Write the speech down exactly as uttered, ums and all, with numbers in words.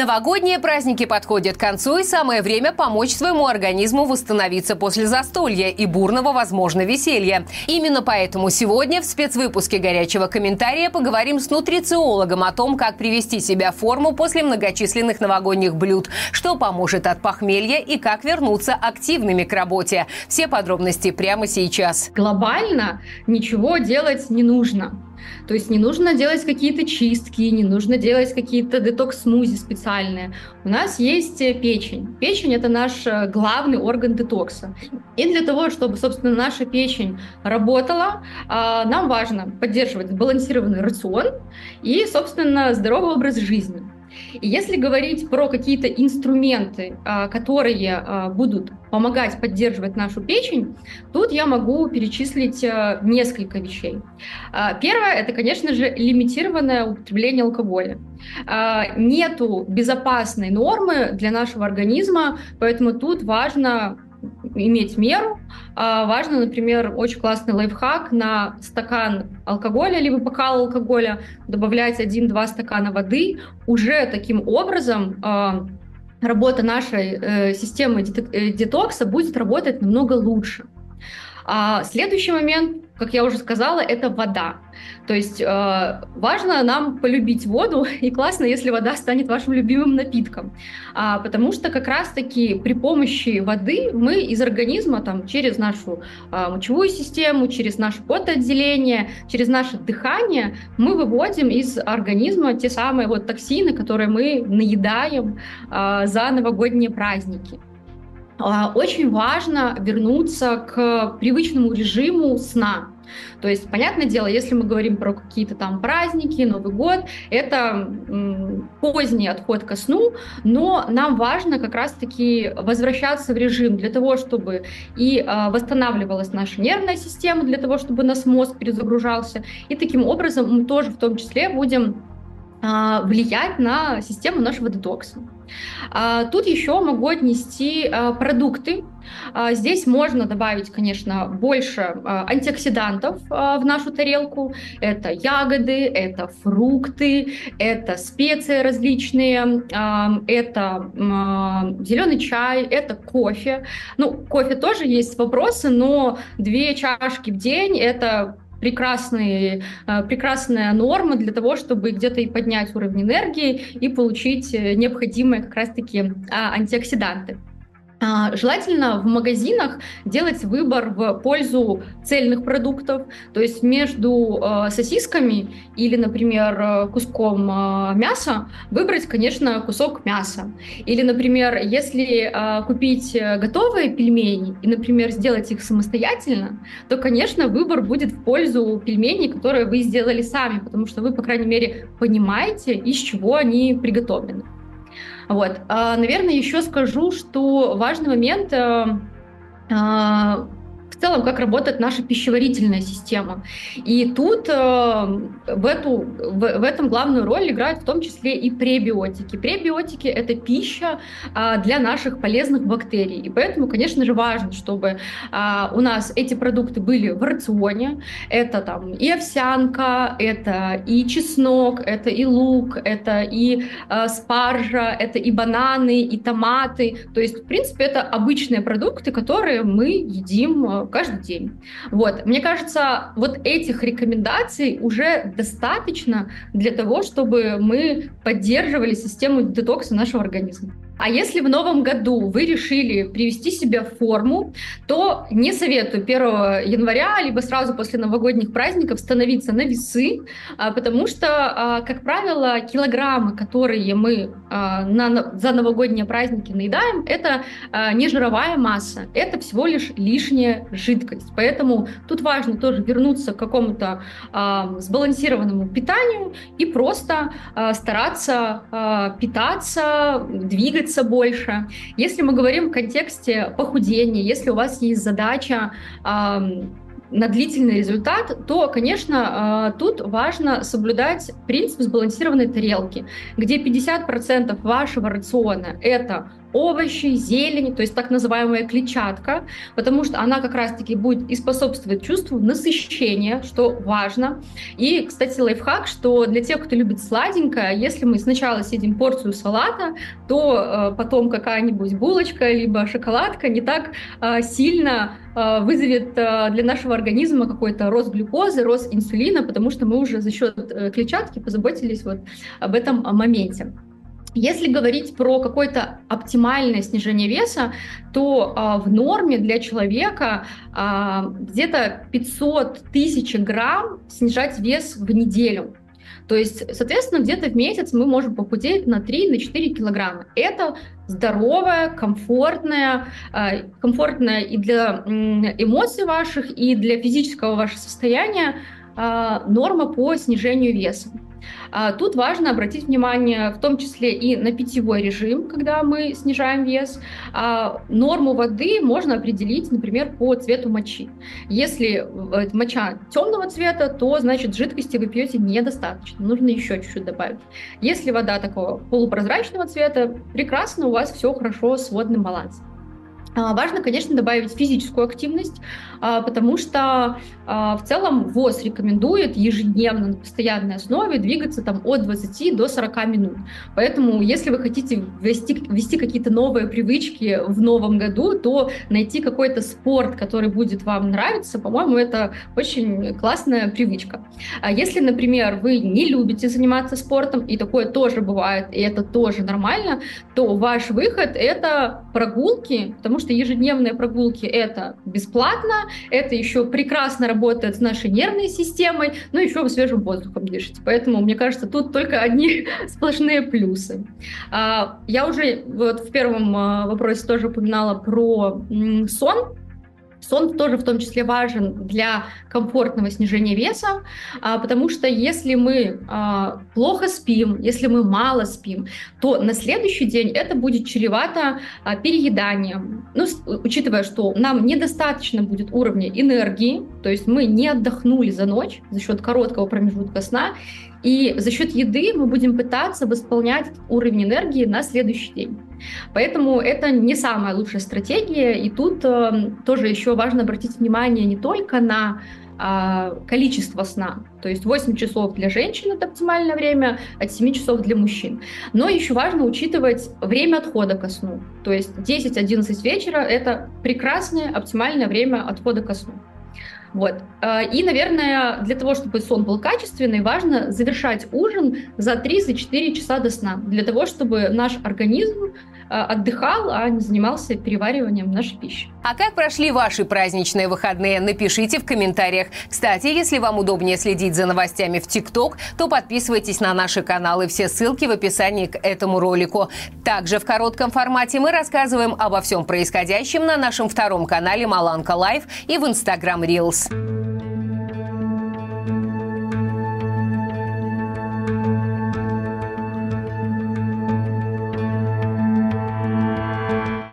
Новогодние праздники подходят к концу, и самое время помочь своему организму восстановиться после застолья и бурного, возможно, веселья. Именно поэтому сегодня в спецвыпуске «Горячего комментария» поговорим с нутрициологом о том, как привести себя в форму после многочисленных новогодних блюд, что поможет от похмелья и как вернуться активными к работе. Все подробности прямо сейчас. Глобально ничего делать не нужно. То есть не нужно делать какие-то чистки, не нужно делать какие-то детокс-смузи специальные. У нас есть печень. Печень — это наш главный орган детокса. И для того, чтобы, собственно, наша печень работала, нам важно поддерживать сбалансированный рацион и, собственно, здоровый образ жизни. И если говорить про какие-то инструменты, которые будут помогать поддерживать нашу печень, тут я могу перечислить несколько вещей. Первое — это, конечно же, лимитированное употребление алкоголя. Нету безопасной нормы для нашего организма, поэтому тут важно иметь меру. Важно, например, очень классный лайфхак: на стакан алкоголя либо бокал алкоголя добавлять один-два стакана воды. Уже таким образом работа нашей системы детокса будет работать намного лучше. Следующий момент, как я уже сказала, это вода. То есть э, важно нам полюбить воду, и классно, если вода станет вашим любимым напитком. А, потому что как раз-таки при помощи воды мы из организма там, через нашу э, мочевую систему, через наше потоотделение, через наше дыхание мы выводим из организма те самые вот токсины, которые мы наедаем э, за новогодние праздники. Очень важно вернуться к привычному режиму сна. То есть, понятное дело, если мы говорим про какие-то там праздники, Новый год, это м, поздний отход ко сну, но нам важно как раз-таки возвращаться в режим для того, чтобы и э, восстанавливалась наша нервная система, для того, чтобы у нас мозг перезагружался, и таким образом мы тоже в том числе будем э, влиять на систему нашего детокса. Тут еще могу отнести продукты. Здесь можно добавить, конечно, больше антиоксидантов в нашу тарелку. Это ягоды, это фрукты, это специи различные, это зеленый чай, это кофе. Ну, кофе тоже есть вопросы, но две чашки в день — это прекрасные, прекрасная норма для того, чтобы где-то и поднять уровень энергии и получить необходимые как раз-таки антиоксиданты. Желательно в магазинах делать выбор в пользу цельных продуктов, то есть между сосисками или, например, куском мяса выбрать, конечно, кусок мяса. Или, например, если купить готовые пельмени и, например, сделать их самостоятельно, то, конечно, выбор будет в пользу пельменей, которые вы сделали сами, потому что вы, по крайней мере, понимаете, из чего они приготовлены. Вот. Наверное, еще скажу, что важный момент в целом, как работает наша пищеварительная система. И тут э, в, эту, в, в этом главную роль играют в том числе и пребиотики. Пребиотики — это пища э, для наших полезных бактерий. И поэтому, конечно же, важно, чтобы э, у нас эти продукты были в рационе. Это там и овсянка, это и чеснок, это и лук, это и э, спаржа, это и бананы, и томаты. То есть, в принципе, это обычные продукты, которые мы едим каждый день. Вот. Мне кажется, вот этих рекомендаций уже достаточно для того, чтобы мы поддерживали систему детокса нашего организма. А если в новом году вы решили привести себя в форму, то не советую первого января, либо сразу после новогодних праздников становиться на весы, потому что, как правило, килограммы, которые мы на, за новогодние праздники наедаем, это не жировая масса, это всего лишь лишняя жидкость. Поэтому тут важно тоже вернуться к какому-то сбалансированному питанию и просто стараться питаться, двигаться больше. Если мы говорим в контексте похудения, если у вас есть задача э, на длительный результат, то, конечно, э, тут важно соблюдать принцип сбалансированной тарелки, где пятьдесят процентов вашего рациона — это овощи, зелень, то есть так называемая клетчатка, потому что она как раз-таки будет и способствовать чувству насыщения, что важно. И, кстати, лайфхак, что для тех, кто любит сладенькое, если мы сначала съедим порцию салата, то э, потом какая-нибудь булочка либо шоколадка не так э, сильно э, вызовет э, для нашего организма какой-то рост глюкозы, рост инсулина, потому что мы уже за счет э, клетчатки позаботились вот об этом моменте. Если говорить про какое-то оптимальное снижение веса, то а, в норме для человека а, где-то пятьсот тысяч грамм снижать вес в неделю. То есть, соответственно, где-то в месяц мы можем похудеть на три-четыре килограмма. Это здоровая, комфортная, комфортная и для эмоций ваших, и для физического вашего состояния норма по снижению веса. Тут важно обратить внимание в том числе и на питьевой режим, когда мы снижаем вес. Норму воды можно определить, например, по цвету мочи. Если моча темного цвета, то значит жидкости вы пьете недостаточно, нужно еще чуть-чуть добавить. Если вода такого полупрозрачного цвета, прекрасно, у вас все хорошо с водным балансом. Важно, конечно, добавить физическую активность, потому что в целом ВОЗ рекомендует ежедневно на постоянной основе двигаться там от двадцати до сорока минут. Поэтому, если вы хотите ввести, ввести какие-то новые привычки в новом году, то найти какой-то спорт, который будет вам нравиться, по-моему, это очень классная привычка. А если, например, вы не любите заниматься спортом, и такое тоже бывает, и это тоже нормально, то ваш выход — это прогулки, потому что что ежедневные прогулки — это бесплатно, это еще прекрасно работает с нашей нервной системой, но еще вы свежим воздухом дышите. Поэтому, мне кажется, тут только одни сплошные плюсы. Я уже вот в первом вопросе тоже упоминала про сон. Сон тоже в том числе важен для комфортного снижения веса, потому что если мы плохо спим, если мы мало спим, то на следующий день это будет чревато перееданием. Ну, учитывая, что нам недостаточно будет уровня энергии, то есть мы не отдохнули за ночь за счет короткого промежутка сна, и за счет еды мы будем пытаться восполнять уровень энергии на следующий день. Поэтому это не самая лучшая стратегия, и тут э, тоже еще важно обратить внимание не только на э, количество сна, то есть восемь часов для женщин — это оптимальное время, от семи часов для мужчин, но еще важно учитывать время отхода ко сну, то есть десять-одиннадцать вечера — это прекрасное оптимальное время отхода ко сну. Вот. И, наверное, для того, чтобы сон был качественный, важно завершать ужин за три-четыре часа до сна, для того, чтобы наш организм отдыхал, а не занимался перевариванием нашей пищи. А как прошли ваши праздничные выходные? Напишите в комментариях. Кстати, если вам удобнее следить за новостями в ТикТок, то подписывайтесь на наши каналы. Все ссылки в описании к этому ролику. Также в коротком формате мы рассказываем обо всем происходящем на нашем втором канале Маланка Лайв и в Instagram Reels.